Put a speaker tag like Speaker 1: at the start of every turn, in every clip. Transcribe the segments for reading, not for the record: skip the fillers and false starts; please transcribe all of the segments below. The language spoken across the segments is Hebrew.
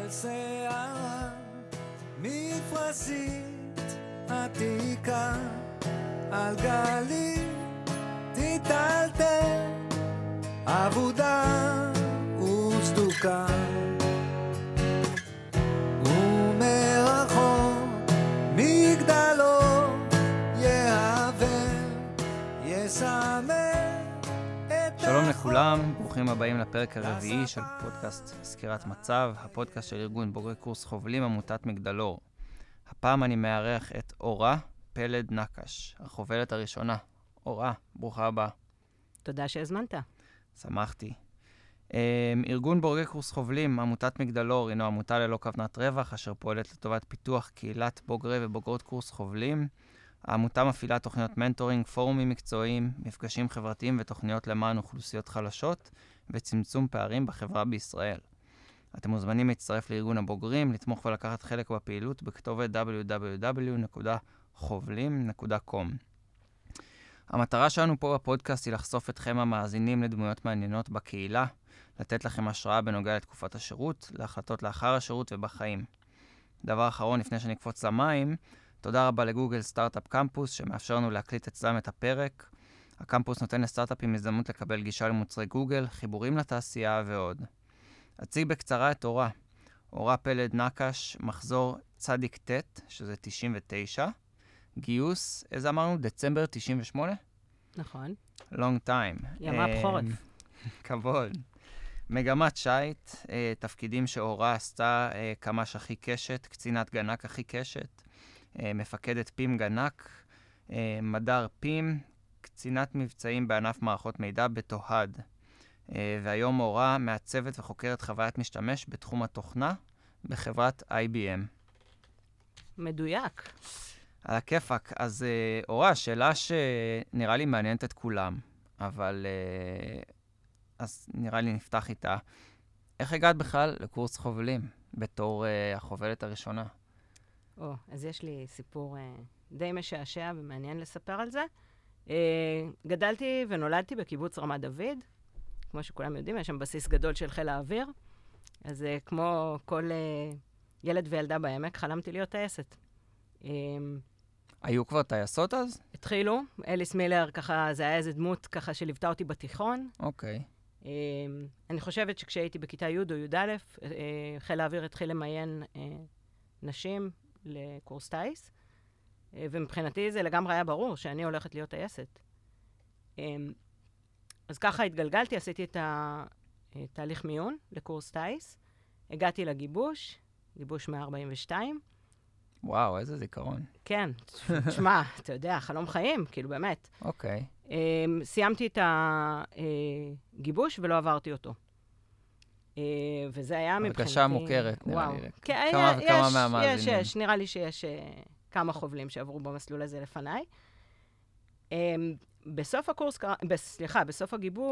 Speaker 1: על שערה מפרשית עתיקה, על גלים תטלטל, עבודה וסדוקה, ומרחוק מגדלו יהווה, יסמא את
Speaker 2: שלום לכולם, ברוכים הבאים לפרק הרביעי של פודקאסט סקירת מצב, הפודקאסט של ארגון בוגרי קורס חובלים עמותת מגדלור. הפעם אני מארח את אורה פלד נקש, החובלת הראשונה. אורה, ברוכה הבאה.
Speaker 3: תודה שהזמנת.
Speaker 2: שמחתי. ארגון בוגרי קורס חובלים, עמותת מגדלור, הינו עמותה ללא כוונת רווח, אשר פועלת לטובת פיתוח קהילת בוגרי ובוגרות קורס חובלים. העמותה מפעילה תוכניות מנטורינג, פורומים מקצועיים, מפגשים חברתיים ותוכניות למען אוכלוסיות חלשות וצמצום פערים בחברה בישראל. אתם מוזמנים להצטרף לארגון הבוגרים, לתמוך ולקחת חלק בפעילות בכתובת www.חובלים.com. המטרה שלנו פה בפודקאסט היא לחשוף אתכם המאזינים לדמויות מעניינות בקהילה, לתת לכם השראה בנוגע לתקופת השירות, להחלטות לאחר השירות ובחיים. דבר אחרון, לפני שנקפוץ למים, תודה רבה לגוגל סטארט-אפ קמפוס, שמאפשר לנו להקליט אצלם את הפרק. הקמפוס נותן לסטארט-אפים הזדמנות לקבל גישה למוצרי גוגל, חיבורים לתעשייה ועוד. אציג בקצרה את אורה. אורה פלד נקש, מחזור צדיק ת', שזה 99. גיוס, איזה אמרנו? דצמבר 98?
Speaker 3: נכון.
Speaker 2: long time.
Speaker 3: ימה בחורף.
Speaker 2: כבוד. מגמת שייט, תפקידים שאורה עשתה, קמ"ש הכי קשת, קצינת גנק הכי קשת, מפקדת פים גנק, מדר פים, קצינת מבצעים בענף מערכות מידע בתוהד. והיום אורה מעצבת וחוקרת חוויית משתמש בתחום התוכנה בחברת IBM.
Speaker 3: מדויק.
Speaker 2: על הכיפק. אז אורה, שאלה שנראה לי מעניינת את כולם, אבל אז נראה לי נפתח איתה. איך הגעת בכלל לקורס חובלים בתור החובלת הראשונה?
Speaker 3: אז יש לי סיפור די משעשע ומעניין לספר על זה. גדלתי ונולדתי בקיבוץ רמת דוד. כמו שכולם יודעים, יש שם בסיס גדול של חיל האוויר. אז כמו כל ילד וילדה בעמק, חלמתי להיות טייסת.
Speaker 2: היו כבר טייסות אז?
Speaker 3: התחילו. אליס מילר, ככה, זה היה איזה דמות ככה שליוותה אותי בתיכון.
Speaker 2: אוקיי.
Speaker 3: אני חושבת שכשהייתי בכיתה י' או י' חיל האוויר התחיל למיין נשים לקורס טייס, ומבחינתי זה לגמרי היה ברור שאני הולכת להיות טייסת. אז ככה התגלגלתי, עשיתי את התהליך מיון לקורס טייס, הגעתי לגיבוש, גיבוש 142.
Speaker 2: וואו, איזה זיכרון.
Speaker 3: כן, תשמע, אתה יודע, חלום חיים, כאילו באמת.
Speaker 2: אוקיי.
Speaker 3: סיימתי את הגיבוש ולא עברתי אותו. וזה היה מבחינתי...
Speaker 2: הרגשה מוכרת, נראה לי.
Speaker 3: כמה
Speaker 2: וכמה מהמאזינים.
Speaker 3: יש, נראה לי שיש כמה חובלים שעברו במסלול הזה לפניי. בסוף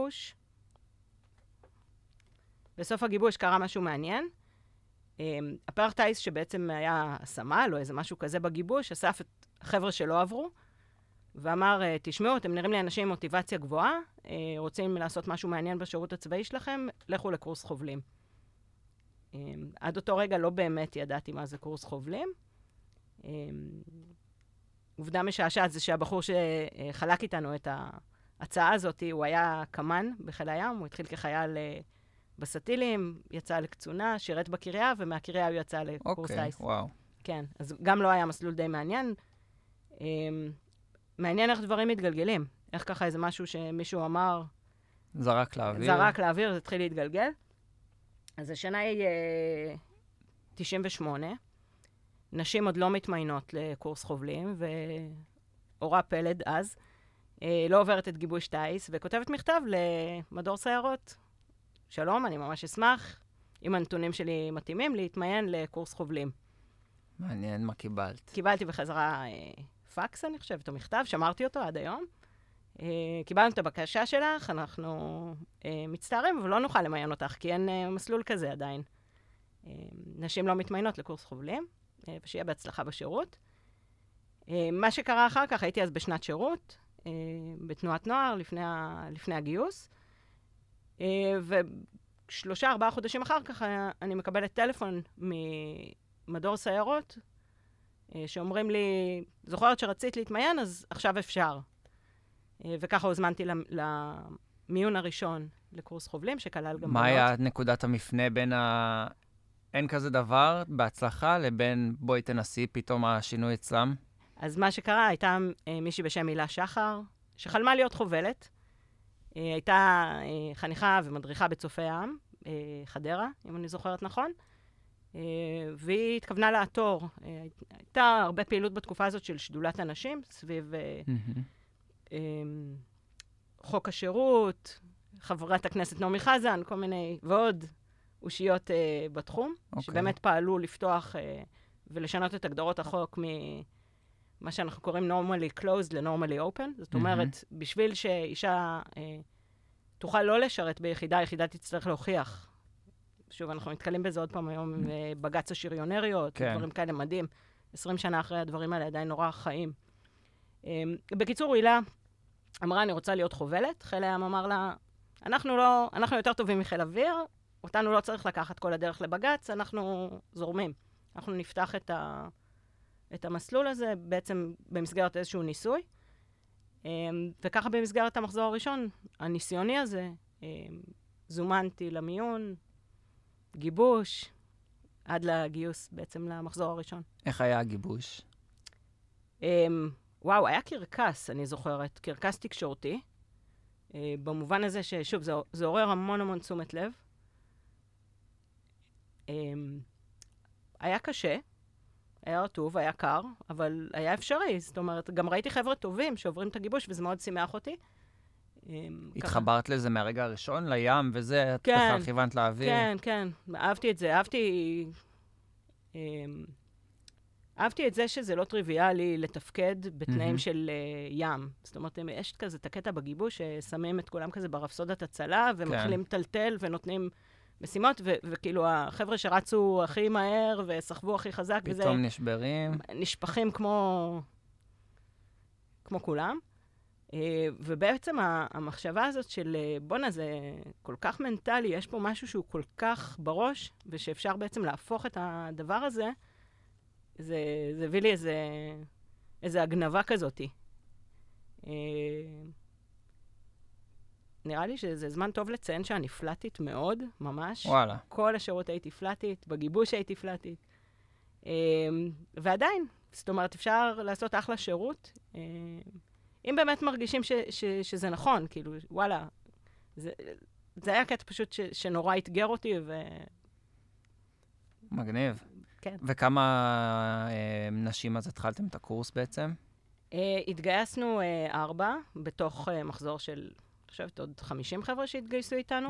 Speaker 3: הגיבוש קרה משהו מעניין. הפרח טייס שבעצם היה סמל או איזה משהו כזה בגיבוש, אסף את החבר'ה שלא עברו, ואמר, תשמעו, אתם נראים לי אנשים עם מוטיבציה גבוהה, רוצים לעשות משהו מעניין בשירות הצבאי שלכם, לכו לקורס חובלים. עד אותו רגע לא באמת ידעתי מה זה קורס חובלים. עובדה משעשעת זה שהבחור שחלק איתנו את ההצעה הזאת, הוא היה קמן בחיל הים, הוא התחיל כחייל בסטילים, יצא לקצונה, שירת בקריה, ומהקריה הוא יצא לקורס טייס.
Speaker 2: אוקיי, וואו.
Speaker 3: כן, אז גם לא היה מסלול די מעניין. מעניין איך דברים מתגלגלים. איך ככה איזה משהו שמישהו אמר...
Speaker 2: זרק לאוויר.
Speaker 3: זרק לאוויר, זה התחיל להתגלגל. אז השנה היא 98. נשים עוד לא מתמיינות לקורס חובלים, ואורה פלד אז לא עוברת את גיבוש טייס, וכותבת מכתב למדור סיירות. שלום, אני ממש אשמח, אם הנתונים שלי מתאימים, להתמיין לקורס חובלים.
Speaker 2: מעניין מה קיבלת.
Speaker 3: קיבלתי בחזרה פקס, אני חושבת, או מכתב, שמרתי אותו עד היום. קיבלנו את הבקשה שלך, אנחנו מצטערים, אבל לא נוכל למיין אותך, כי אין מסלול כזה עדיין. נשים לא מתמיינות לקורס חובלים, ושיהיה בהצלחה בשירות. מה שקרה אחר כך, הייתי אז בשנת שירות, בתנועת נוער, לפני הגיוס, 3-4 חודשים אחר כך אני מקבלת טלפון ממדור סיירות, שאומרים לי, זוכרת שרצית להתמיין, אז עכשיו אפשר. וככה הוזמנתי למיון הראשון לקורס חובלים, שכלל גם בנות.
Speaker 2: מה היה נקודת המפנה בין אין כזה דבר בהצלחה, לבין בואי תנסי פתאום השינוי אצלם?
Speaker 3: אז מה שקרה, הייתה מישהי בשם הילה שחר, שחלמה להיות חובלת. הייתה חניכה ומדריכה בצופי ים, חדרה, אם אני זוכרת נכון. והיא התכוונה לעתור. הייתה הרבה פעילות בתקופה הזאת של שדולת הנשים, סביב חוק השירות, חברת הכנסת נעמי חזן, כל מיני, ועוד אושיות בתחום, שבאמת פעלו לפתוח ולשנות את הגדרות החוק ממה שאנחנו קוראים normally closed ל-normally open. זאת אומרת, בשביל שאישה תוכל לא לשרת ביחידה, היחידה תצטרך להוכיח. שוב, אנחנו מתקלים בזה עוד פעם היום, בג"ץ השריונריות, דברים כאלה מדהים. 20 שנה אחרי הדברים האלה עדיין נורא חיים. בקיצור, הילה אמרה, אני רוצה להיות חובלת. חיל הים אמר לה, אנחנו יותר טובים מחיל אוויר, אותנו לא צריך לקחת כל הדרך לבג"ץ, אנחנו זורמים. אנחנו נפתח את המסלול הזה בעצם במסגרת איזשהו ניסוי. וככה במסגרת המחזור הראשון, הניסיוני הזה, זומנתי למיון, גיבוש, עד לגיוס בעצם למחזור הראשון.
Speaker 2: איך היה הגיבוש?
Speaker 3: וואו, היה קרקס, אני זוכרת, קרקס תקשורתי, במובן הזה ששוב, זה עורר המון תשומת לב. היה קשה, היה רטוב, היה קר, אבל היה אפשרי. זאת אומרת, גם ראיתי חבר'ה טובים שעוברים את הגיבוש, וזה מאוד שימח אותי.
Speaker 2: התחברת לזה מהרגע הראשון, לים וזה, את בכלל כיוונת לאוויר?
Speaker 3: כן, אהבתי את זה. אהבתי את זה שזה לא טריוויאלי לתפקד בתנאים של ים. זאת אומרת, יש כזה את הקטע בגיבוש, ששמים את כולם כזה ברפסודת הצלה, ומתחילים טלטל ונותנים משימות, וכאילו החבר'ה שרצו הכי מהר וסחבו הכי חזק,
Speaker 2: פתאום נשברים.
Speaker 3: נשפכים כמו כולם. ובעצם המחשבה הזאת של בונה זה כל כך מנטלי, יש פה משהו שהוא כל כך בראש, ושאפשר בעצם להפוך את הדבר הזה, זה הביא לי איזה הגנבה כזאת. נראה לי שזה זמן טוב לציין שאני פלטית מאוד, ממש.
Speaker 2: וואלה.
Speaker 3: כל השירות הייתי פלטית, בגיבוש הייתי פלטית. ועדיין, זאת אומרת, אפשר לעשות אחלה שירות. אם באמת מרגישים שזה נכון, כאילו, וואלה, זה היה קטע פשוט שנורא התגר אותי,
Speaker 2: מגניב.
Speaker 3: כן.
Speaker 2: וכמה נשים אז התחלתם את הקורס בעצם?
Speaker 3: התגייסנו 4, בתוך מחזור של, אני חושבת, עוד 50 חבר'ה שהתגייסו איתנו.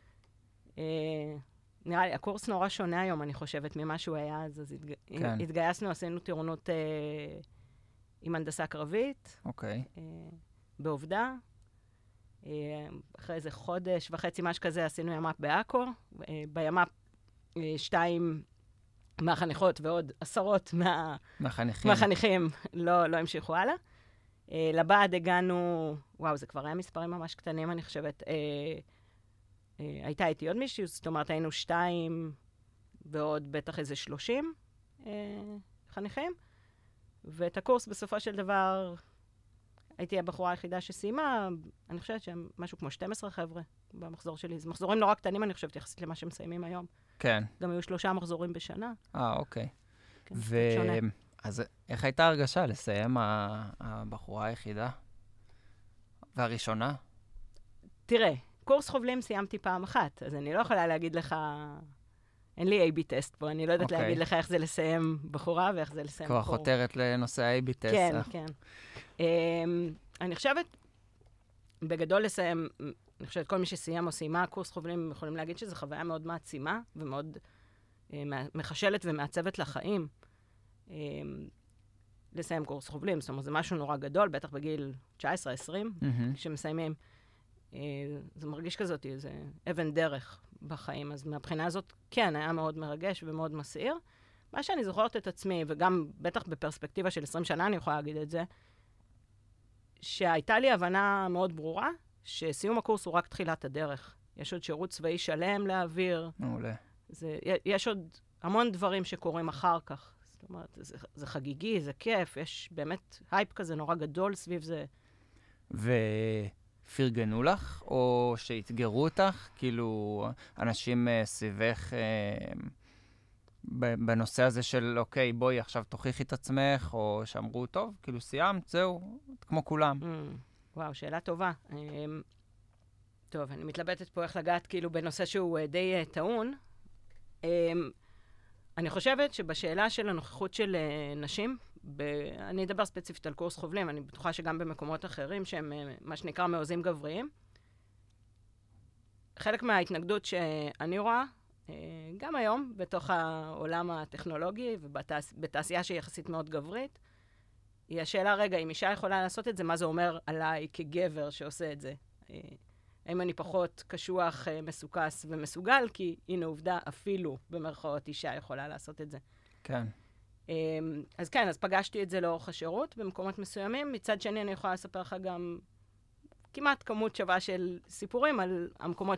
Speaker 3: נראה לי, הקורס נורא שונה היום, אני חושבת, ממה שהוא היה אז. התגייסנו, עשינו טירונות עם הנדסה קרבית.
Speaker 2: אוקיי.
Speaker 3: בעובדה. אחרי איזה חודש וחצי, משהו כזה, עשינו ימ"פ בעכו. בימ"פ 2 מהחניכות ועוד עשרות מהחניכים לא המשיכו הלאה. לבעד הגענו, וואו, זה כבר היה מספרים ממש קטנים, אני חושבת. הייתה איתי עוד מישהו, זאת אומרת, היינו 2 ועוד בטח איזה 30 חניכים. ואת הקורס בסופו של דבר, הייתי הבחורה היחידה שסיימה, אני חושבת שהם משהו כמו 12 חבר'ה במחזור שלי. זה מחזורים נורא קטנים, אני חושבת, יחסית למה שמסיימים היום.
Speaker 2: כן.
Speaker 3: גם היו 3 מחזורים בשנה.
Speaker 2: אוקיי.
Speaker 3: כן,
Speaker 2: אז איך הייתה הרגשה לסיים הבחורה היחידה? והראשונה?
Speaker 3: תראה, קורס חובלים סיימתי פעם אחת, אז אני לא יכולה להגיד לך, אין לי A-B טסט פה, אני לא יודעת להגיד לך איך זה לסיים בחורה ואיך זה לסיים בחור.
Speaker 2: כבר חותרת לנושא ה-A-B טסט.
Speaker 3: כן, כן. אני חושבת, בגדול לסיים, אני חושבת כל מי שסיים או סיימה קורס חובלים יכולים להגיד שזו חוויה מאוד מעצימה ומאוד מחשלת ומעצבת לחיים. לסיים קורס חובלים, זאת אומרת, זה משהו נורא גדול, בטח בגיל 19-20, כשמסיימים. זה מרגיש כזאת, איזה אבן דרך בחיים. אז מהבחינה הזאת, כן, היה מאוד מרגש ומאוד מסעיר. מה שאני זוכרת את עצמי, וגם בטח בפרספקטיבה של 20 שנה אני יכולה להגיד את זה, שהייתה לי הבנה מאוד ברורה, שסיום הקורס הוא רק תחילת הדרך. יש עוד שירות צבאי שלם להעביר.
Speaker 2: מעולה.
Speaker 3: יש עוד המון דברים שקורים אחר כך. זאת אומרת, זה חגיגי, זה כיף, יש באמת הייפ כזה נורא גדול סביב זה.
Speaker 2: ופרגנו לך, או שהתגרו אותך? כאילו, אנשים סביבך בנושא הזה של, אוקיי, בואי עכשיו תוכיחי את עצמך, או שאמרו, טוב, כאילו סיימת, זהו, כמו כולם.
Speaker 3: וואו, שאלה טובה. טוב, אני מתלבטת פה איך לגעת כאילו בנושא שהוא די טעון. אני חושבת שבשאלה של הנוכחות של נשים, אני אדבר ספציפית על קורס חובלים, אני בטוחה שגם במקומות אחרים שהם מה שנקרא מעוזים גבריים. חלק מההתנגדות שאני רואה, גם היום, בתוך העולם הטכנולוגי ובתעשייה שהיא יחסית מאוד גברית, היא השאלה, רגע, אם אישה יכולה לעשות את זה, מה זה אומר עליי כגבר שעושה את זה? האם אני פחות קשוח, מסוכס ומסוגל, כי הנה עובדה, אפילו במרכאות אישה יכולה לעשות את זה.
Speaker 2: כן.
Speaker 3: אז כן, אז פגשתי את זה לאורך השירות במקומות מסוימים. מצד שני, אני יכולה לספר לך גם כמעט כמות שווה של סיפורים על המקומות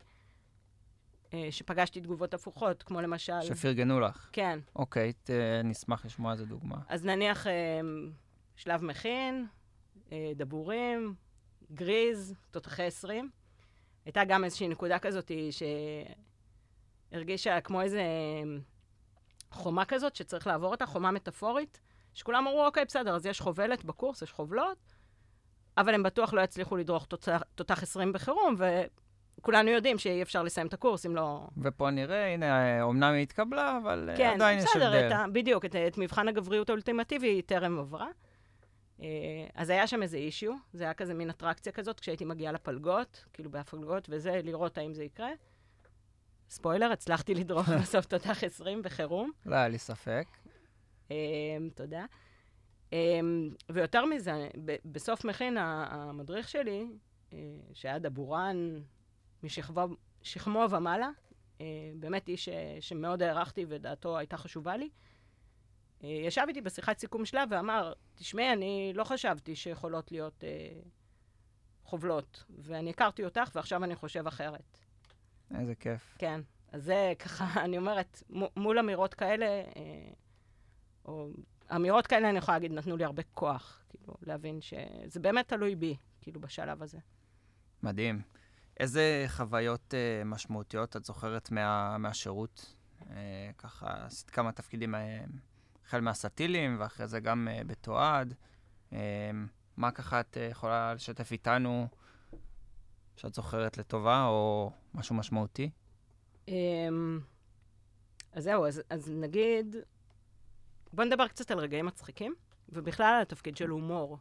Speaker 3: שפגשתי תגובות הפוכות, כמו למשל...
Speaker 2: שפרגנו לך.
Speaker 3: כן.
Speaker 2: אוקיי, נשמח לשמוע איזה דוגמה.
Speaker 3: אז נניח שלב מכין, דבורים, גריז, תותחי 20. הייתה גם איזושהי נקודה כזאת שהרגישה כמו איזה חומה כזאת שצריך לעבור אותה, חומה מטאפורית, שכולם אמרו, אוקיי, בסדר, אז יש חובלת בקורס, יש חובלות, אבל הם בטוח לא יצליחו לדרוך תותח 20 בחירום, וכולנו יודעים שאי אפשר לסיים את הקורס אם לא...
Speaker 2: ופה נראה, הנה, אומנם היא התקבלה, אבל
Speaker 3: כן,
Speaker 2: עדיין יש הבדל.
Speaker 3: כן, בדיוק, את מבחן הגבריות האולטימטיבי היא טרם עברה. אז היה שם איזה אישיו, זה היה כזה מין אטרקציה כזאת, כשהייתי מגיעה לפלגות, כאילו בהפלגות וזה, לראות האם זה יקרה. ספוילר, הצלחתי לדרוך בסוף תותח 20 בחירום.
Speaker 2: לא היה לי ספק.
Speaker 3: תודה. ויותר מזה, בסוף מכין המדריך שלי, שהיה דבורן משכמו ומעלה, באמת איש שמאוד הערכתי ודעתו הייתה חשובה לי, ישב איתי בשיחת סיכום שלה ואמר, תשמעי, אני לא חשבתי שיכולות להיות חובלות, ואני הכרתי אותך ועכשיו אני חושב אחרת.
Speaker 2: איזה כיף. כן.
Speaker 3: אז זה ככה, אני אומרת, מול אמירות כאלה, או אמירות כאלה, אני יכולה להגיד, נתנו לי הרבה כוח, כאילו, להבין שזה באמת תלוי בי, כאילו, בשלב הזה.
Speaker 2: מדהים. איזה חוויות משמעותיות את זוכרת מהשירות? ככה, עשית כמה תפקידים החל מהסטילים, ואחרי זה גם בתועד. מה ככה את יכולה לשתף איתנו שאת זוכרת לטובה, או משהו משמעותי?
Speaker 3: אז זהו, אז נגיד, בוא נדבר קצת על רגעים מצחיקים, ובכלל על התפקיד של הומור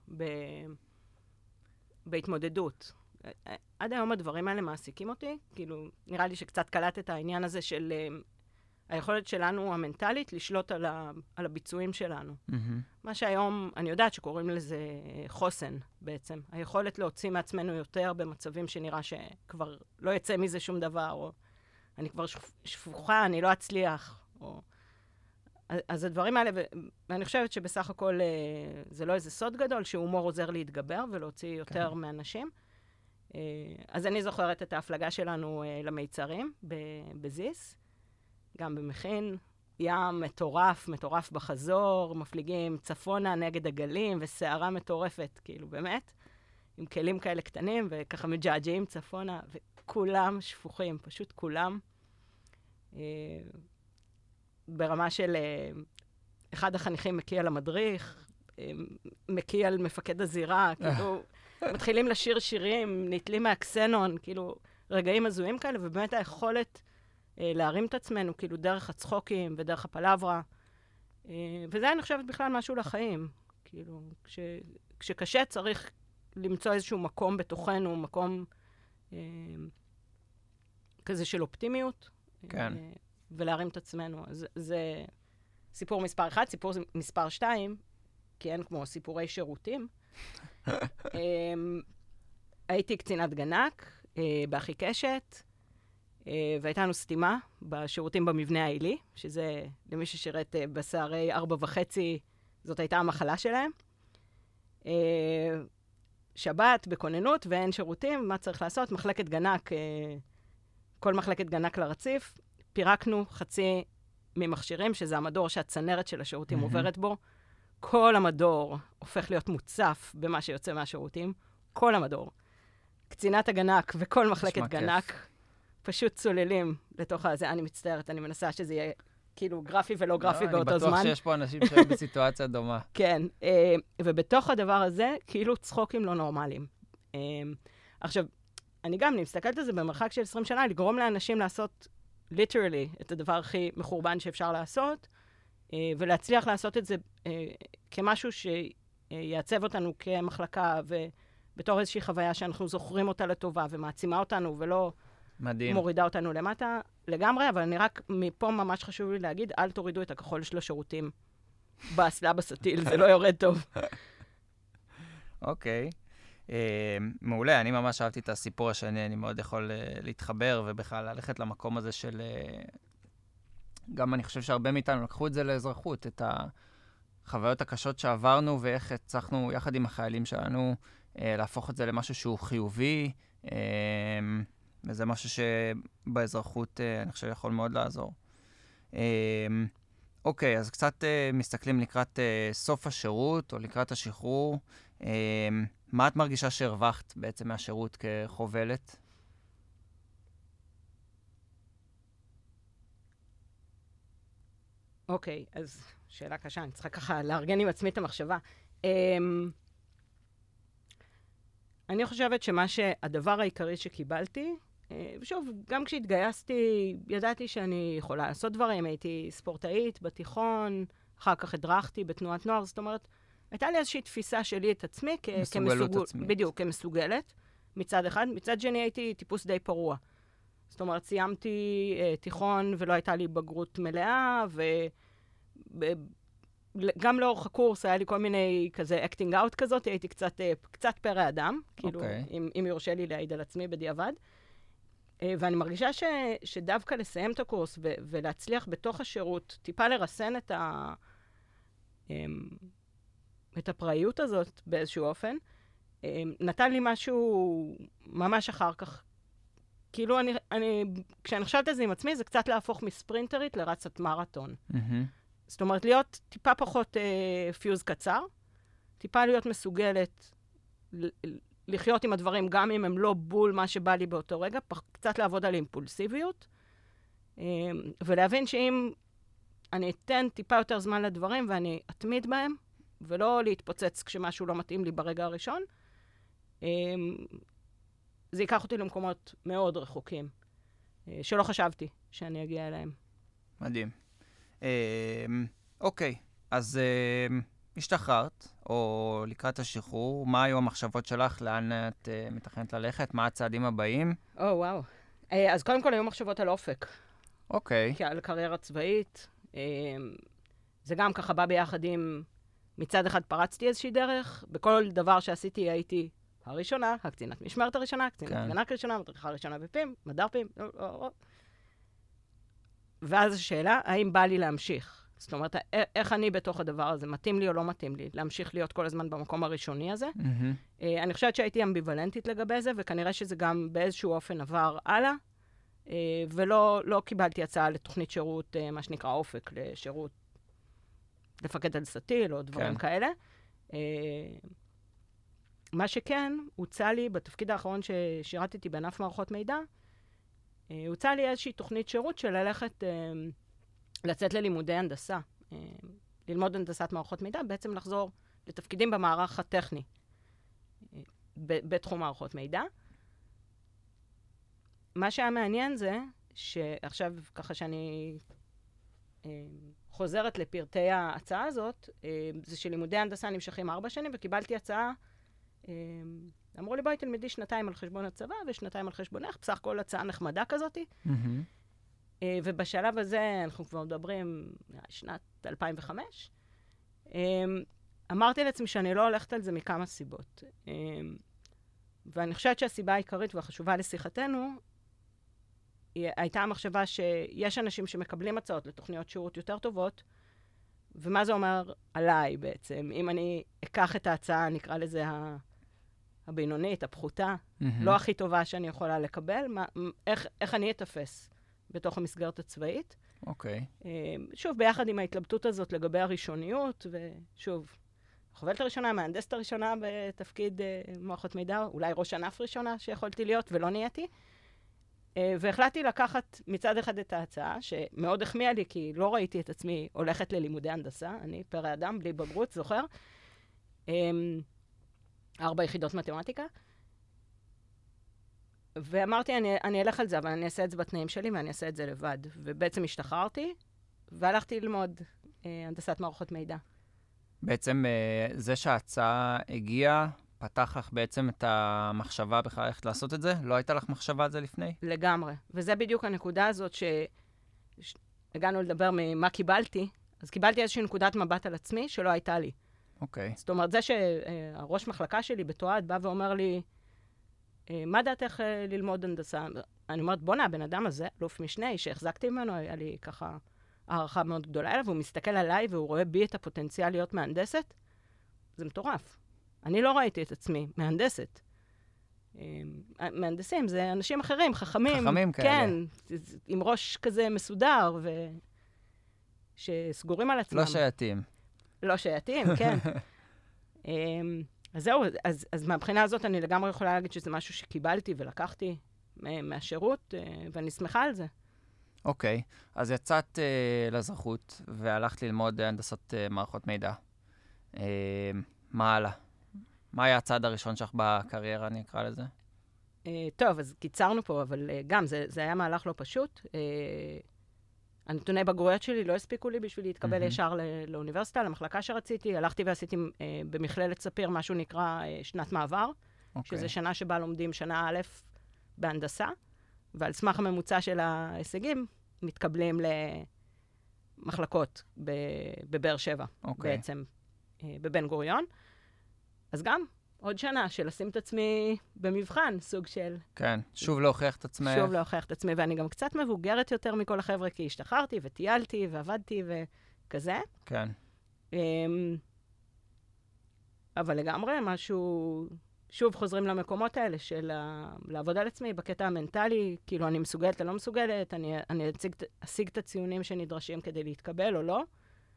Speaker 3: בהתמודדות. עד היום הדברים האלה מעסיקים אותי, כאילו, נראה לי שקצת קלט את העניין הזה של היכולת שלנו המנטלית לשלוט על הביצועים שלנו. מה שהיום, אני יודעת שקוראים לזה חוסן בעצם. היכולת להוציא מעצמנו יותר במצבים שנראה שכבר לא יצא מזה שום דבר, או אני כבר שפוכה, אני לא אצליח. אז הדברים האלה, ואני חושבת שבסך הכל זה לא איזה סוד גדול, שהומור עוזר להתגבר ולהוציא יותר מאנשים. אז אני זוכרת את ההפלגה שלנו למיצרים בזיס, גם במכין, ים מטורף, מטורף בחזור, מפליגים צפונה נגד הגלים, וסערה מטורפת, כאילו באמת, עם כלים כאלה קטנים, וככה מג'עג'עים צפונה, וכולם שפוכים, פשוט כולם. ברמה של אחד החניכים מקיא על המדריך, מקיא על מפקד הזירה, כאילו, מתחילים לשיר שירים, נתלים מהקסנון, כאילו, רגעים הזויים כאלה, ובאמת היכולת להרים את עצמנו, כאילו, דרך הצחוקים ודרך הפלברה. וזה, אני חושבת, בכלל משהו לחיים. כאילו, כשקשה צריך למצוא איזשהו מקום בתוכנו, מקום כזה של אופטימיות.
Speaker 2: כן.
Speaker 3: ולהרים את עצמנו. אז זה סיפור מספר 1, סיפור מספר 2, כי אין כמו סיפורי שירותים. הייתי קצינת גנק באחי קשת, והייתה לנו סתימה בשירותים במבנה העילי, שזה למי ששירת בסערי 4.5, זאת הייתה המחלה שלהם. שבת בכוננות ואין שירותים, מה צריך לעשות? מחלקת גנק כל מחלקת גנק לרציף, פירקנו חצי ממכשירים, שזה המדור שהצנרת של השירותים עוברת בו. כל המדור הופך להיות מוצף במה שיוצא מהשירותים. כל המדור. קצינת הגנק וכל מחלקת גנק פשוט צוללים לתוך הזה. אני מצטערת, אני מנסה שזה יהיה כאילו גרפי ולא גרפי באותו זמן.
Speaker 2: אני בטוח שיש פה אנשים שהיו בסיטואציה דומה.
Speaker 3: כן, ובתוך הדבר הזה, כאילו צחוקים לא נורמליים. עכשיו, אני מסתכלת על זה במרחק של 20 שנה, לגרום לאנשים לעשות literally את הדבר הכי מחורבן שאפשר לעשות, ולהצליח לעשות את זה כמשהו שיעצב אותנו כמחלקה, ובתור איזושהי חוויה שאנחנו זוכרים אותה לטובה, ומעצימה אותנו, ולא
Speaker 2: מדהים.
Speaker 3: מורידה אותנו למטה לגמרי, אבל אני רק, מפה ממש חשוב לי להגיד, אל תורידו את הכחול של השירותים באסלה בסטיל, זה לא יורד טוב.
Speaker 2: אוקיי. מעולה, אני ממש אהבתי את הסיפור השני, אני מאוד יכול להתחבר, ובכלל ללכת למקום הזה של... גם אני חושב שהרבה מאיתנו לקחו את זה לאזרחות, את החוויות הקשות שעברנו, ואיך הצלחנו יחד עם החיילים שלנו להפוך את זה למשהו שהוא חיובי, וזה משהו שבאזרחות אני חושב יכול מאוד לעזור. אוקיי, אז קצת מסתכלים לקראת סוף השירות, או לקראת השחרור. מה את מרגישה שהרווחת בעצם מהשירות כחובלת?
Speaker 3: אוקיי, אז שאלה קשה, אני צריכה ככה לארגן עם עצמי את המחשבה. אני חושבת שהדבר העיקרי שקיבלתי, ושוב, גם כשהתגייסתי, ידעתי שאני יכולה לעשות דברים, הייתי ספורטאית בתיכון, אחר כך הדרכתי בתנועת נוער, זאת אומרת, הייתה לי איזושהי תפיסה שלי את עצמי
Speaker 2: מסוגלות עצמית.
Speaker 3: בדיוק, כמסוגלת, מצד אחד. מצד שני הייתי טיפוס די פרוע. זאת אומרת, סיימתי תיכון ולא הייתה לי בגרות מלאה, וגם לאורך הקורס היה לי כל מיני כזה acting out כזאת, הייתי קצת פרא אדם, כאילו, אם יורשה לי להעיד על עצמי בדיעבד. ואני מרגישה שדווקא לסיים את הקורס ולהצליח בתוך השירות, טיפה לרסן את הפראיות הזאת באיזשהו אופן, נתן לי משהו ממש אחר כך. כאילו, כשאני חושבת על זה עם עצמי, זה קצת להפוך מספרינטרית לרצת מרתון. זאת אומרת, להיות טיפה פחות פיוז קצר, טיפה להיות מסוגלת לחיות עם הדברים, גם אם הם לא בול מה שבא לי באותו רגע, קצת לעבוד על אימפולסיביות, ולהבין שאם אני אתן טיפה יותר זמן לדברים ואני אתמיד בהם, ולא להתפוצץ כשמשהו לא מתאים לי ברגע הראשון, זה ייקח אותי למקומות מאוד רחוקים, שלא חשבתי שאני אגיע אליהם.
Speaker 2: מדהים. אוקיי, אז השתחררת, או לקראת השחרור, מה היו המחשבות שלך? לאן את מתכנת ללכת? מה הצעדים הבאים?
Speaker 3: וואו. אז קודם כל היו מחשבות על אופק.
Speaker 2: אוקיי.
Speaker 3: על קריירה צבאית. זה גם ככה בא ביחד עם... מצד אחד פרצתי איזושהי דרך, בכל דבר שעשיתי הייתי הראשונה, הקצינת משמרת הראשונה, קצינת גנק ראשונה, מדריכה ראשונה בפים, מדר פים, ואז השאלה, האם בא לי להמשיך? זאת אומרת, איך אני בתוך הדבר הזה, מתאים לי או לא מתאים לי, להמשיך להיות כל הזמן במקום הראשוני הזה. אני חושבת שהייתי אמביוולנטית לגבי זה, וכנראה שזה גם באיזשהו אופן עבר הלאה, ולא קיבלתי הצעה לתוכנית שירות, מה שנקרא אופק, לשירות לפקד על סטיל או דברים כאלה. מה שכן, הוצא לי, בתפקיד האחרון ששירתתי בענף מערכות מידע, הוצא לי איזושהי תוכנית שירות של ללכת, לצאת ללימודי הנדסה, ללמוד הנדסת מערכות מידע, בעצם לחזור לתפקידים במערך הטכני, בתחום מערכות מידע. מה שהיה מעניין זה, שעכשיו ככה שאני חוזרת לפרטי ההצעה הזאת, זה שלימודי הנדסה נמשכים 4 שנים, וקיבלתי הצעה, אמרו לי, בואי תלמדי 2 על חשבון הצבא, ו2 על חשבונך, בסך הכל הצעה נחמדה כזאת. ובשלב הזה, אנחנו כבר מדברים, שנת 2005, אמרתי לעצמי שאני לא הולכת על זה מכמה סיבות. ואני חושבת שהסיבה העיקרית והחשובה לשיחתנו, הייתה המחשבה שיש אנשים שמקבלים הצעות לתוכניות שירות יותר טובות, ומה זה אומר עליי בעצם? אם אני אקח את ההצעה, נקרא לזה הבינונית, הפחותה, לא הכי טובה שאני יכולה לקבל, איך אני אתפס בתוך המסגרת הצבאית.
Speaker 2: אוקיי.
Speaker 3: שוב, ביחד עם ההתלבטות הזאת לגבי הראשוניות, ושוב, החובלת הראשונה, המהנדסת הראשונה בתפקיד מערכות מידע, אולי ראש ענף ראשונה שיכולתי להיות ולא נהייתי. והחלטתי לקחת מצד אחד את ההצעה, שמאוד החמיאה לי, כי לא ראיתי את עצמי הולכת ללימודי הנדסה, אני פרא אדם, בלי בגרות, זוכר. 4 יחידות מתמטיקה. ואמרתי, אני אלך על זה, אבל אני אעשה את זה בתנאים שלי, ואני אעשה את זה לבד. ובעצם השתחררתי, והלכתי ללמוד הנדסת מערכות מידע.
Speaker 2: בעצם זה שההצעה הגיעה, פתח לך בעצם את המחשבה בכלל איך לעשות את זה? לא הייתה לך מחשבה על זה לפני?
Speaker 3: לגמרי. וזה בדיוק הנקודה הזאת שהגענו לדבר ממה קיבלתי, אז קיבלתי איזושהי נקודת מבט על עצמי שלא הייתה לי.
Speaker 2: אוקיי.
Speaker 3: זאת אומרת, זה שהראש מחלקה שלי בתועד בא ואומר לי, מה דעתך ללמוד הנדסה? אני אומרת, בונה, הבן אדם הזה, אלוף משנה, שהחזקתי ממנו, היה לי ככה הערכה מאוד גדולה אליו, והוא מסתכל עליי והוא רואה בי את הפוטנציאל להיות מהנדסת. זה מטורף. אני לא ראיתי את עצמי מהנדסת. מהנדסים זה אנשים אחרים, חכמים.
Speaker 2: חכמים כאלה.
Speaker 3: כן, עם ראש כזה מסודר, שסגורים על עצמם.
Speaker 2: לא שייטים.
Speaker 3: לא שייטים, כן. אז זהו, אז מהבחינה הזאת אני לגמרי יכולה להגיד שזה משהו שקיבלתי ולקחתי מהשירות, ואני שמחה על זה.
Speaker 2: אוקיי, אז יצאת לאזרחות והלכת ללמוד הנדסת מערכות מידע. מה הלאה? מה היה הצעד הראשון שלך בקריירה, אני אקרא לזה?
Speaker 3: טוב, אז קיצרנו פה, אבל גם זה היה מהלך לא פשוט. הנתוני בגרויות שלי לא הספיקו לי בשביל להתקבל ישר לאוניברסיטה, למחלקה שרציתי. הלכתי ועשיתי במכללת ספיר משהו נקרא שנת מעבר, שזה שנה שבה לומדים שנה א' בהנדסה, ועל סמך הממוצע של ההישגים מתקבלים למחלקות בבאר שבע, בעצם בבן גוריון. אז גם עוד שנה של לשים את עצמי במבחן, סוג של...
Speaker 2: כן, שוב להוכיח את עצמך.
Speaker 3: שוב להוכיח את עצמי, ואני גם קצת מבוגרת יותר מכל החבר'ה, כי השתחררתי וטיילתי ועבדתי וכזה.
Speaker 2: כן.
Speaker 3: אבל לגמרי משהו... שוב חוזרים למקומות האלה של לעבוד על עצמי בקטע המנטלי, כאילו אני מסוגלת או לא מסוגלת, אני אשיג את הציונים שנדרשים כדי להתקבל או לא.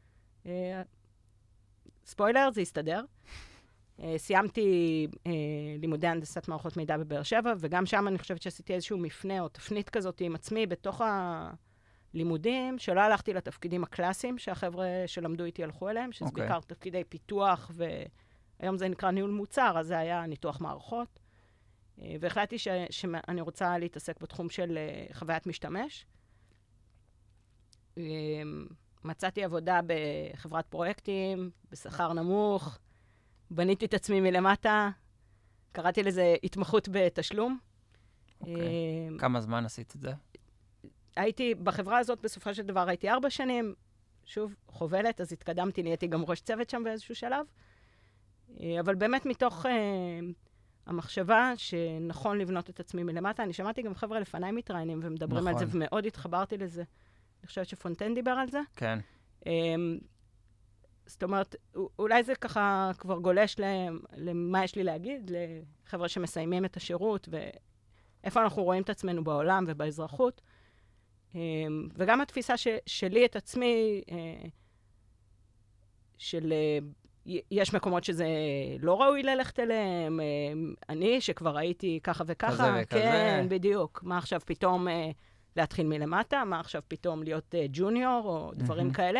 Speaker 3: ספוילר, זה יסתדר. סיימתי לימודי הנדסת מערכות מידע בבאר שבע, וגם שם אני חושבת שעשיתי איזשהו מפנה או תפנית כזאת עם עצמי בתוך הלימודים, שלא הלכתי לתפקידים הקלאסיים שהחבר'ה שלמדו איתי הלכו אליהם, שזה בעיקר תפקידי פיתוח, והיום זה נקרא ניהול מוצר, אז זה היה ניתוח מערכות. והחלטתי שאני רוצה להתעסק בתחום של חוויית משתמש. מצאתי עבודה בחברת פרויקטים, בשכר נמוך, בניתי את עצמי מלמטה, קראתי לזה התמחות בתשלום.
Speaker 2: כמה זמן עשית את זה?
Speaker 3: הייתי, בחברה הזאת בסופו של דבר הייתי 4 שנים, שוב, חובלת, אז התקדמתי, נהייתי גם ראש צוות שם באיזשהו שלב. אבל באמת מתוך המחשבה שנכון לבנות את עצמי מלמטה, אני שמעתי גם חבר'ה לפניי מתראיינים ומדברים על זה, ומאוד התחברתי לזה. אני חושבת שפונטן דיבר על זה.
Speaker 2: כן.
Speaker 3: זאת אומרת, אולי זה ככה כבר גולש למה יש לי להגיד, לחבר'ה שמסיימים את השירות, ואיפה אנחנו רואים את עצמנו בעולם ובאזרחות. וגם התפיסה שלי את עצמי, של יש מקומות שזה לא ראוי ללכת אליהם, אני שכבר הייתי ככה וככה,
Speaker 2: כזה וכזה.
Speaker 3: כן, בדיוק. מה עכשיו פתאום להתחיל מלמטה, מה עכשיו פתאום להיות ג'וניור או דברים כאלה.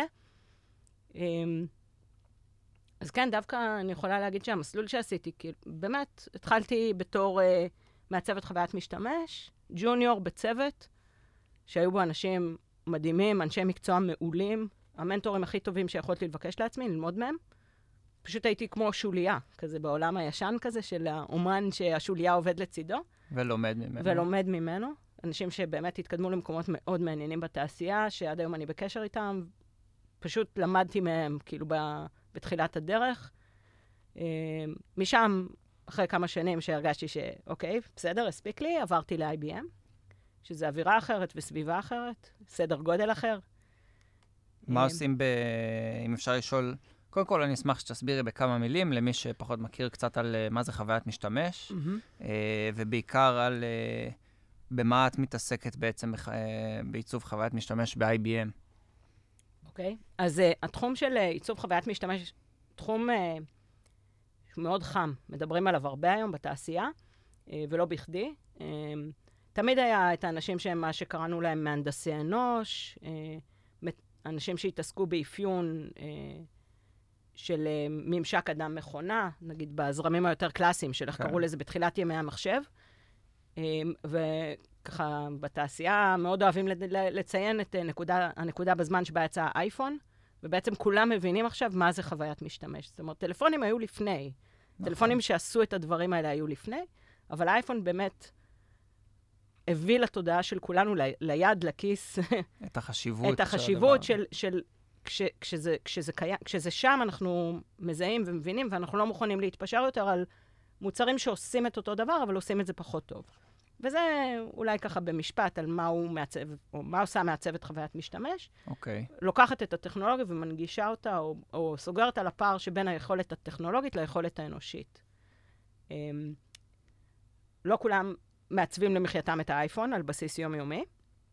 Speaker 3: אז כן, דווקא אני יכולה להגיד שהמסלול שעשיתי, כאילו, באמת, התחלתי בתור מעצבת חוויית משתמש, ג'וניור בצוות, שהיו בו אנשים מדהימים, אנשי מקצוע מעולים, המנטורים הכי טובים שיכולתי לבקש לעצמי, ללמוד מהם. פשוט הייתי כמו שוליה, כזה בעולם הישן כזה, של האומן שהשוליה עובד לצידו. ולומד ממנו. אנשים שבאמת התקדמו למקומות מאוד מעניינים בתעשייה, שעד היום אני בקשר איתם, פשוט למדתי מהם, כאילו, בתחילת הדרך. משם, אחרי כמה שנים שהרגשתי שאוקיי, בסדר, הספיק לי, עברתי ל-IBM, שזה אווירה אחרת וסביבה אחרת, סדר גודל אחר.
Speaker 2: מה עושים אם אפשר לשאול, קודם כל, אני אשמח שתסבירי בכמה מילים למי שפחות מכיר קצת על מה זה חוויית משתמש, ובעיקר על במה את מתעסקת בעצם בעיצוב חוויית משתמש ב-IBM.
Speaker 3: אוקיי, אז התחום של עיצוב חוויית משתמש, תחום מאוד חם, מדברים עליו הרבה היום בתעשייה, ולא בכדי. תמיד היה את האנשים שהם מה שקראנו להם מהנדסי אנוש, אנשים שהתעסקו באפיון של ממשק אדם מכונה, נגיד בזרמים היותר קלאסיים, של איך קראו לזה בתחילת ימי המחשב. וככה בתעשייה מאוד אוהבים לציין את הנקודה בזמן שבה יצא האייפון, ובעצם כולם מבינים עכשיו מה זה חוויית משתמש. זאת אומרת, טלפונים היו לפני. טלפונים שעשו את הדברים האלה היו לפני, אבל האייפון באמת הביא לתודעה של כולנו, ליד, לכיס,
Speaker 2: את החשיבות.
Speaker 3: את החשיבות של כשזה שם אנחנו מזהים ומבינים, ואנחנו לא מוכנים להתפשר יותר על מוצרים שעושים את אותו דבר, אבל עושים את זה פחות טוב. וזה אולי ככה במשפט על מה הוא מעצב, או מה עושה מעצבת חוויית משתמש.
Speaker 2: אוקיי.
Speaker 3: לוקחת את הטכנולוגיה ומנגישה אותה, או סוגרת על הפער שבין היכולת הטכנולוגית ליכולת האנושית. לא כולם מעצבים למחייתם את האייפון על בסיס יומיומי.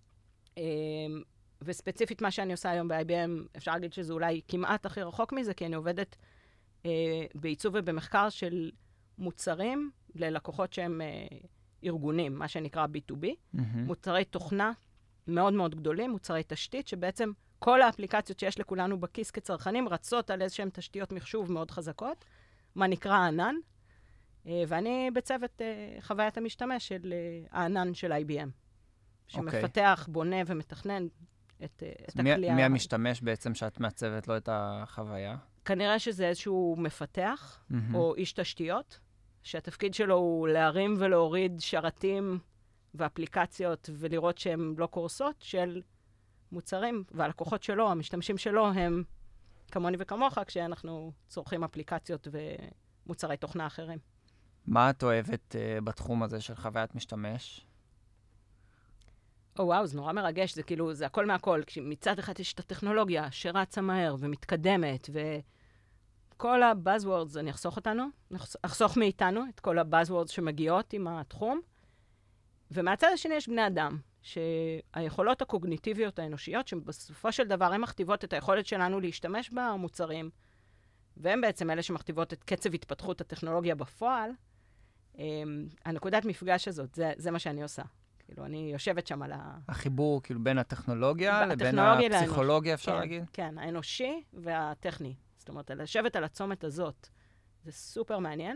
Speaker 3: וספציפית מה שאני עושה היום ב-IBM, אפשר להגיד שזה אולי כמעט הכי רחוק מזה, כי אני עובדת בעיצוב ובמחקר של מוצרים ללקוחות שהם ארגונים, מה שנקרא B2B, מוצרי תוכנה מאוד מאוד גדולים, מוצרי תשתית, שבעצם כל האפליקציות שיש לכולנו בכיס כצרכנים רצות על איזשהם תשתיות מחשוב מאוד חזקות, מה נקרא הענן, ואני בצוות חוויית המשתמש של הענן של IBM, שמפתח, בונה ומתכנן את הכלי.
Speaker 2: מי המשתמש בעצם שאת מעצבת לו את החוויה?
Speaker 3: כנראה שזה איזשהו מפתח, או איש תשתיות, שהתפקיד שלו הוא להרים ולהוריד שרתים ואפליקציות, ולראות שהן לא קורסות של מוצרים, והלקוחות שלו, המשתמשים שלו, הם כמוני וכמוך, כשאנחנו צורכים אפליקציות ומוצרי תוכנה אחרים.
Speaker 2: מה את אוהבת בתחום הזה של חוויית משתמש?
Speaker 3: וואו, זה נורא מרגש, זה כאילו, זה הכל מהכל. מצד אחד יש את הטכנולוגיה שרצה מהר ומתקדמת, וכל הבאזוורדס, אני אחסוך מאיתנו את כל הבאזוורדס שמגיעות עם התחום, ומהצד השני יש בני אדם, שהיכולות הקוגניטיביות האנושיות, שבסופו של דבר הן מכתיבות את היכולת שלנו להשתמש במוצרים, והן בעצם אלה שמכתיבות את קצב התפתחות הטכנולוגיה בפועל. הנקודת מפגש הזאת, זה מה שאני עושה. כאילו, אני יושבת שם על
Speaker 2: החיבור, כאילו, בין הטכנולוגיה לבין הפסיכולוגיה, אפשר להגיד?
Speaker 3: כן, האנושי והטכני. זאת אומרת, לשבת על הצומת הזאת, זה סופר מעניין.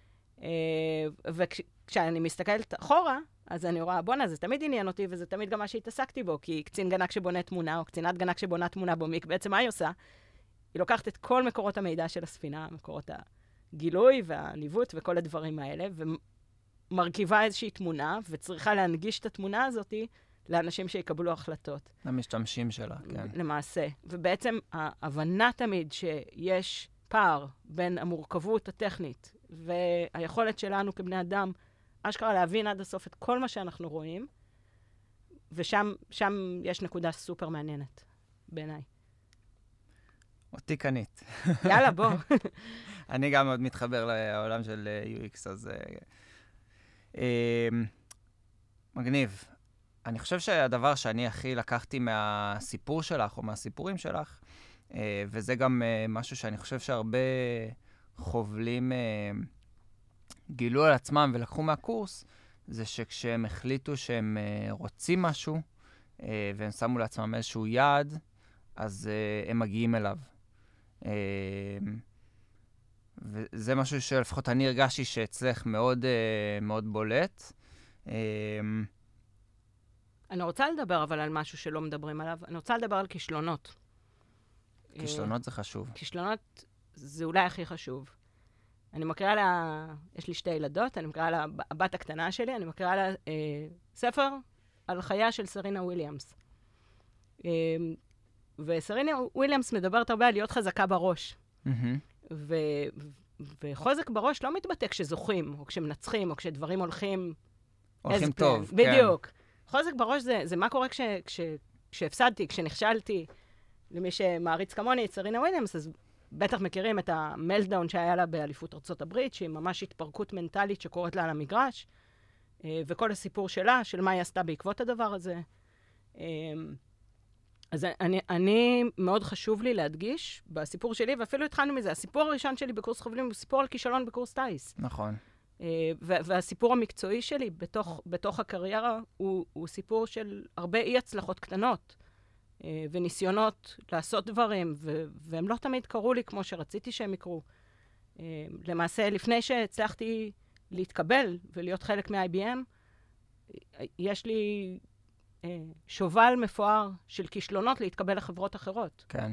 Speaker 3: וכשאני מסתכלת אחורה, אז אני רואה, בונה, זה תמיד עניין אותי, וזה תמיד גם מה שהתעסקתי בו, כי קצין גנק שבונה תמונה, או קצינת גנק שבונה תמונה במיק, בעצם מה היא עושה? היא לוקחת את כל מקורות המידע של הספינה, מקורות הגילוי והניווט וכל הדברים האלה, ומרכיבה איזושהי תמונה, וצריכה להנגיש את התמונה הזאת לאנשים שיקבלו החלטות.
Speaker 2: למשתמשים שלה, כן.
Speaker 3: למעשה. ובעצם ההבנה תמיד שיש פער בין המורכבות הטכנית והיכולת שלנו כבני אדם, אשכרה להבין עד הסוף את כל מה שאנחנו רואים, ושם יש נקודה סופר מעניינת, בעיניי.
Speaker 2: אותי קנית.
Speaker 3: יאללה, בוא.
Speaker 2: אני גם מאוד מתחבר לעולם של UX, אז מגניב. אני חושב שהדבר שאני הכי לקחתי מהסיפור שלך, או מהסיפורים שלך, וזה גם משהו שאני חושב שהרבה חובלים גילו על עצמם ולקחו מהקורס, זה שכשהם החליטו שהם רוצים משהו, והם שמו לעצמם איזשהו יעד, אז הם מגיעים אליו. וזה משהו שלפחות אני הרגשתי שאצלך מאוד, מאוד בולט.
Speaker 3: אני רוצה לדבר אבל על משהו שלא מדברים עליו. אני רוצה לדבר על כישלונות.
Speaker 2: כישלונות זה חשוב.
Speaker 3: כישלונות זה אולי הכי חשוב. אני מקריאה לה, יש לי 2 ילדות, אני מקריאה לה, הבת הקטנה שלי, אני מקריאה לה ספר על חייה של סרינה וויליאמס. וסרינה וויליאמס מדברת הרבה על להיות חזקה בראש. וחוזק בראש לא מתבטא כשזוכים, או כשמנצחים, או כשדברים הולכים
Speaker 2: טוב.
Speaker 3: בדיוק. חוזק בראש זה מה קורה כשהפסדתי, כשנכשלתי. למי שמעריץ כמוני את סרינה וויליאמס, אז בטח מכירים את המלדאון שהיה לה באליפות ארצות הברית, שהיא ממש התפרקות מנטלית שקורית לה על המגרש, וכל הסיפור שלה, של מה היא עשתה בעקבות הדבר הזה. אז אני מאוד חשוב לי להדגיש בסיפור שלי, ואפילו התחלנו מזה, הסיפור הראשון שלי בקורס חובלים הוא סיפור על כישלון בקורס טייס.
Speaker 2: נכון.
Speaker 3: והסיפור המקצועי שלי בתוך הקריירה הוא סיפור של הרבה אי-הצלחות קטנות, וניסיונות לעשות דברים, והם לא תמיד קרו לי כמו שרציתי שהם יקרו. למעשה, לפני שהצלחתי להתקבל ולהיות חלק מ-IBM, יש לי שובל מפואר של כישלונות להתקבל לחברות אחרות.
Speaker 2: כן.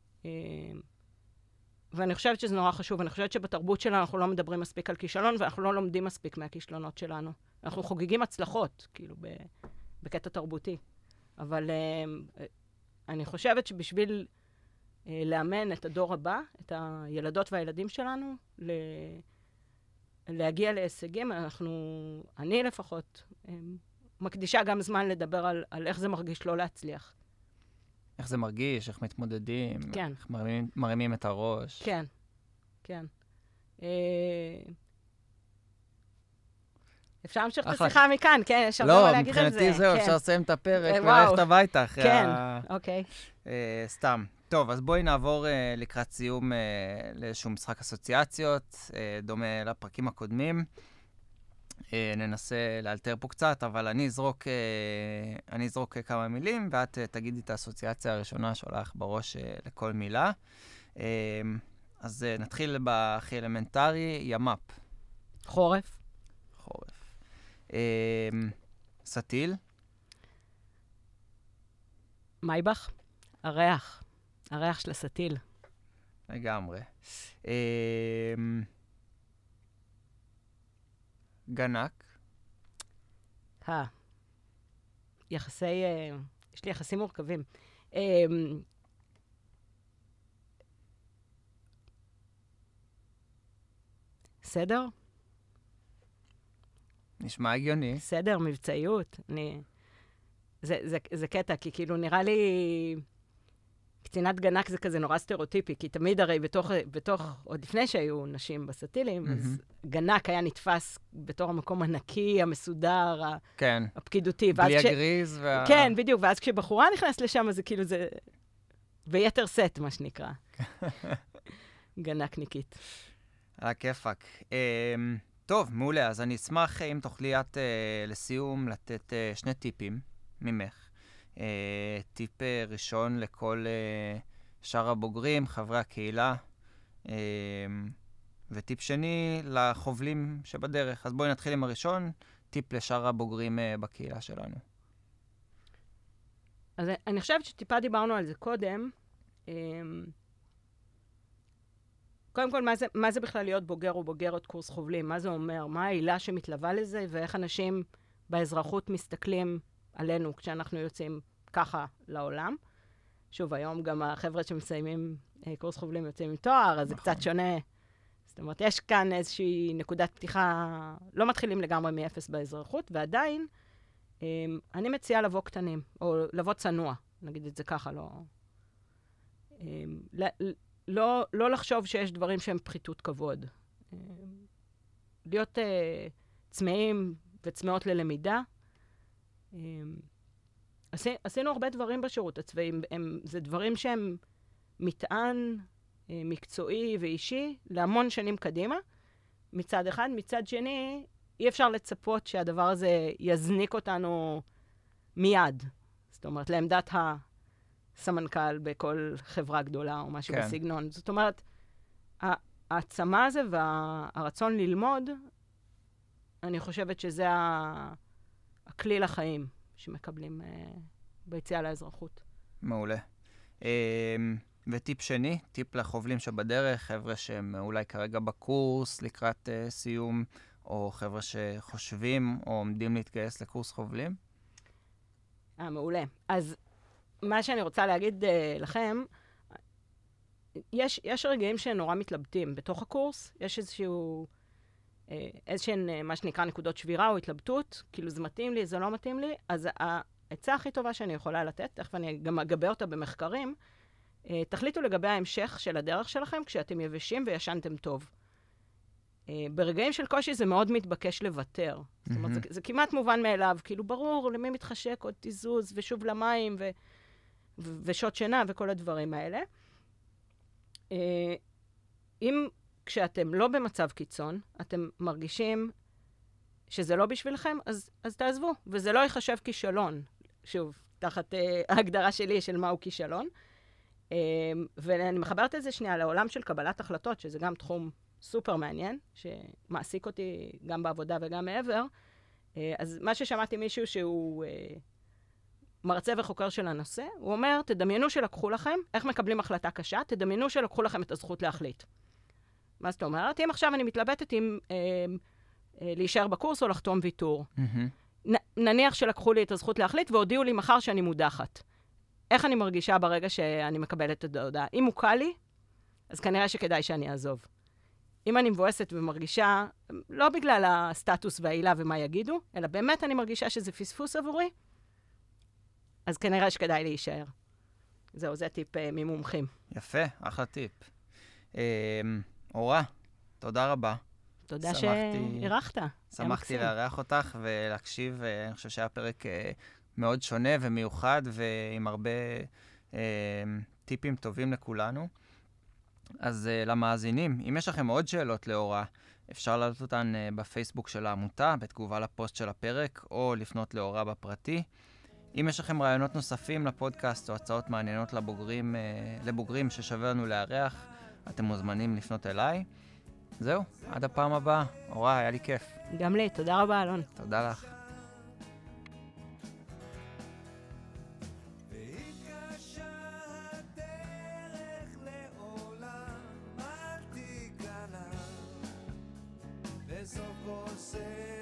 Speaker 3: ואני חושבת שזה נורא חשוב. אני חושבת שבתרבות שלנו אנחנו לא מדברים מספיק על כישלון, ואנחנו לא לומדים מספיק מהכישלונות שלנו. אנחנו חוגגים הצלחות, כאילו, בקטע תרבותי. אבל אני חושבת שבשביל לאמן את הדור הבא, את הילדות והילדים שלנו, להגיע להישגים, אני לפחות, מקדישה גם זמן לדבר על איך זה מרגיש לא להצליח.
Speaker 2: איך זה מרגיש, איך מתמודדים,
Speaker 3: כן.
Speaker 2: איך מרימים את הראש.
Speaker 3: כן, כן. אפשר להמשיך את השיחה מכאן, כן, יש הרבה מה להגיד על זה.
Speaker 2: לא, מבחינתי זהו, אפשר לסיים את הפרק וללכת הביתה אחרי
Speaker 3: כן, אוקיי.
Speaker 2: סתם. טוב, אז בואי נעבור לקראת סיום לאיזשהו משחק אסוציאציות, דומה לפרקים הקודמים. ננסה לאלתר פה קצת, אבל אני אזרוק כמה מילים, ואת תגידי את האסוציאציה הראשונה שעולה לך בראש לכל מילה. אז נתחיל בהכי אלמנטרי, ימ"פ.
Speaker 3: חורף.
Speaker 2: חורף. סטיל.
Speaker 3: מייבך. הריח. הריח של הסטיל.
Speaker 2: לגמרי. גנק.
Speaker 3: יש לי יחסים מורכבים. סדר?
Speaker 2: נשמע הגיוני.
Speaker 3: סדר, מבצעיות. זה קטע, כי כאילו נראה לי קצינת גנק זה כזה נורא סטריאוטיפי, כי תמיד הרי בתוך עוד לפני שהיו נשים בסטילים, אז גנק היה נתפס בתור המקום הנקי, המסודר,
Speaker 2: כן.
Speaker 3: הפקידותי.
Speaker 2: בלי הגריז
Speaker 3: כן, בדיוק, ואז כשבחורה נכנסת לשם, אז זה כאילו זה ביתר סט, מה שנקרא. גנק ניקית.
Speaker 2: על הכיפק. טוב, מעולה. אז אני אשמח אם תוכלי את לסיום לתת 2 טיפים ממך. טיפ ראשון לכל שאר הבוגרים, חברי הקהילה, וטיפ שני לחובלים שבדרך. אז בואי נתחיל עם הראשון, טיפ לשאר הבוגרים בקהילה שלנו.
Speaker 3: אז אני חושבת שטיפה דיברנו על זה קודם. קודם כל, מה זה בכלל להיות בוגר או בוגרת קורס חובלים? מה זה אומר? מה העילה שמתלווה לזה, ואיך אנשים באזרחות מסתכלים עלינו כשאנחנו יוצאים ככה לעולם. שוב, היום גם החבר'ה שמסיימים קורס חובלים יוצאים עם תואר, אז זה קצת שונה. זאת אומרת, יש כאן איזושהי נקודת פתיחה, לא מתחילים לגמרי מאפס באזרחות, ועדיין אני מציעה לבוא קטנים, או לבוא צנוע, נגיד את זה ככה, לא לחשוב שיש דברים שהם פחיתות כבוד. להיות צמאים וצמאות ללמידה. עשינו הרבה דברים בשירות הצבאי, זה דברים שהם מטען מקצועי ואישי להמון שנים קדימה, מצד אחד. מצד שני, אי אפשר לצפות שהדבר הזה יזניק אותנו מיד. זאת אומרת, לעמדת הסמנכ"ל בכל חברה גדולה או משהו בסגנון. זאת אומרת, העצמה הזה והרצון ללמוד, אני חושבת שזה הכלי לחיים שמקבלים ביציאה לאזרחות.
Speaker 2: מעולה. וטיפ שני, טיפ לחובלים שבדרך, חבר'ה שהם אולי כרגע בקורס לקראת סיום, או חבר'ה שחושבים או עומדים להתגייס לקורס חובלים?
Speaker 3: מעולה. אז מה שאני רוצה להגיד לכם, יש רגעים שנורא מתלבטים בתוך הקורס, יש איזשהן, מה שנקרא נקודות שבירה או התלבטות, כאילו זה מתאים לי, זה לא מתאים לי, אז העצה הכי טובה שאני יכולה לתת, תכף אני גם אגבה אותה במחקרים, תחליטו לגבי ההמשך של הדרך שלכם כשאתם יבשים וישנתם טוב. ברגעים של קושי זה מאוד מתבקש לוותר. זאת אומרת, זה כמעט מובן מאליו, כאילו ברור למי מתחשק עוד תיזוז ושוב למים ושעות שינה וכל הדברים האלה. אם כשאתם לא במצב קיצון, אתם מרגישים שזה לא בשבילכם, אז תעזבו, וזה לא ייחשב כישלון. שוב, תחת ההגדרה שלי של מהו כישלון. ואני מחברת את זה שנייה לעולם של קבלת החלטות, שזה גם תחום סופר מעניין, שמעסיק אותי גם בעבודה וגם מעבר. אז מה ששמעתי מישהו שהוא מרצה וחוקר של הנושא, הוא אומר, תדמיינו שלקחו לכם, איך מקבלים החלטה קשה, תדמיינו שלקחו לכם את הזכות להחליט. מה זאת אומרת? אם עכשיו אני מתלבטת עם להישאר בקורס או לחתום ויתור. נניח שלקחו לי את הזכות להחליט והודיעו לי מחר שאני מודחת. איך אני מרגישה ברגע שאני מקבלת את ההודעה? אם הוא קל לי, אז כנראה שכדאי שאני אעזוב. אם אני מבואסת ומרגישה, לא בגלל הסטטוס והעילה ומה יגידו, אלא באמת אני מרגישה שזה פספוס עבורי, אז כנראה שכדאי להישאר. זהו, זה טיפ ממומחים.
Speaker 2: יפה, אחלה טיפ. אורה, תודה רבה.
Speaker 3: תודה שהערכת.
Speaker 2: שמחתי לארח אותך ולהקשיב, אני חושב שהיה פרק מאוד שונה ומיוחד, ועם הרבה טיפים טובים לכולנו. אז למאזינים, אם יש לכם עוד שאלות לאורה, אפשר להעלות אותן בפייסבוק של העמותה, בתגובה לפוסט של הפרק, או לפנות לאורה בפרטי. אם יש לכם רעיונות נוספים לפודקאסט, או הצעות מעניינות לבוגרים ששווה לנו לארח, אתם מוזמנים לפנות אליי. זהו, עד הפעם הבאה. אורה, היה לי כיף.
Speaker 3: גם לי, תודה רבה, אלון.
Speaker 2: תודה לך.
Speaker 1: בסוף כל סדר